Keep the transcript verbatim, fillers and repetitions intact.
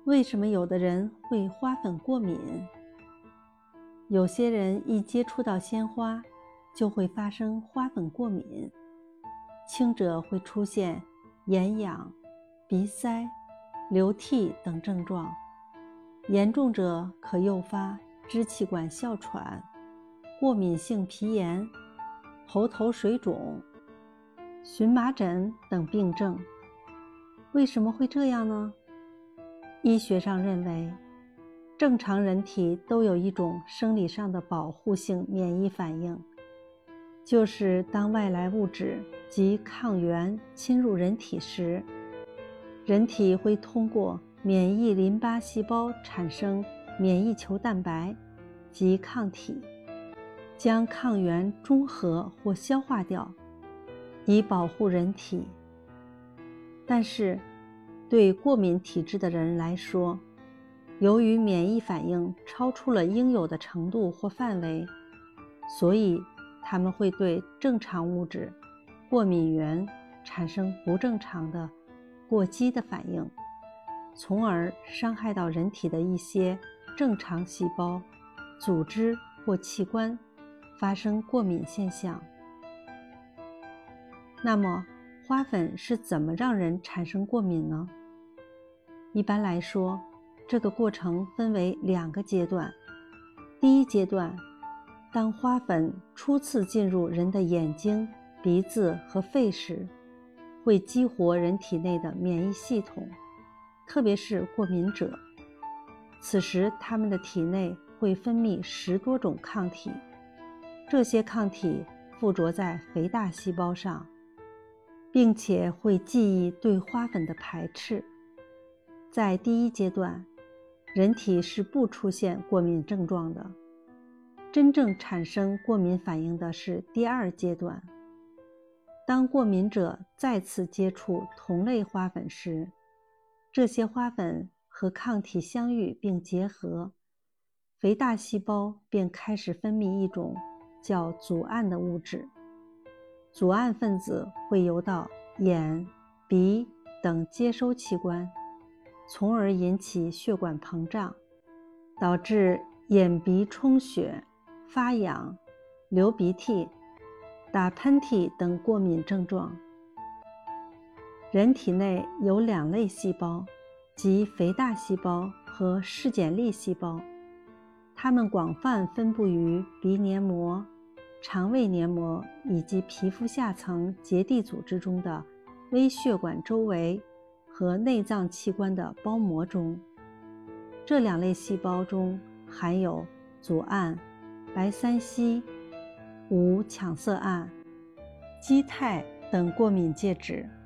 为什么有的人会花粉过敏？有些人一接触到鲜花，就会发生花粉过敏，轻者会出现眼痒、鼻塞、流涕等症状，严重者可诱发支气管哮喘、过敏性皮炎、喉头水肿、荨麻疹等病症。为什么会这样呢？医学上认为，正常人体都有一种生理上的保护性免疫反应，就是当外来物质及抗原侵入人体时，人体会通过免疫淋巴细胞产生免疫球蛋白及抗体，将抗原中和或消化掉，以保护人体。但是对过敏体质的人来说，由于免疫反应超出了应有的程度或范围，所以他们会对正常物质、过敏源产生不正常的、过激的反应，从而伤害到人体的一些正常细胞、组织或器官，发生过敏现象。那么，花粉是怎么让人产生过敏呢？一般来说，这个过程分为两个阶段。第一阶段，当花粉初次进入人的眼睛、鼻子和肺时，会激活人体内的免疫系统，特别是过敏者。此时他们的体内会分泌十多种抗体，这些抗体附着在肥大细胞上，并且会记忆对花粉的排斥。在第一阶段，人体是不出现过敏症状的，真正产生过敏反应的是第二阶段。当过敏者再次接触同类花粉时，这些花粉和抗体相遇并结合，肥大细胞便开始分泌一种叫组胺的物质。组胺分子会游到眼、鼻等接收器官，从而引起血管膨胀，导致眼鼻充血、发痒、流鼻涕、打喷嚏等过敏症状。人体内有两类细胞，即肥大细胞和视碱粒细胞，它们广泛分布于鼻黏膜、肠胃黏膜以及皮肤下层结缔组织中的微血管周围和内脏器官的包膜中。这两类细胞中含有组胺、白三烯、五羟色胺、基肽等过敏介质。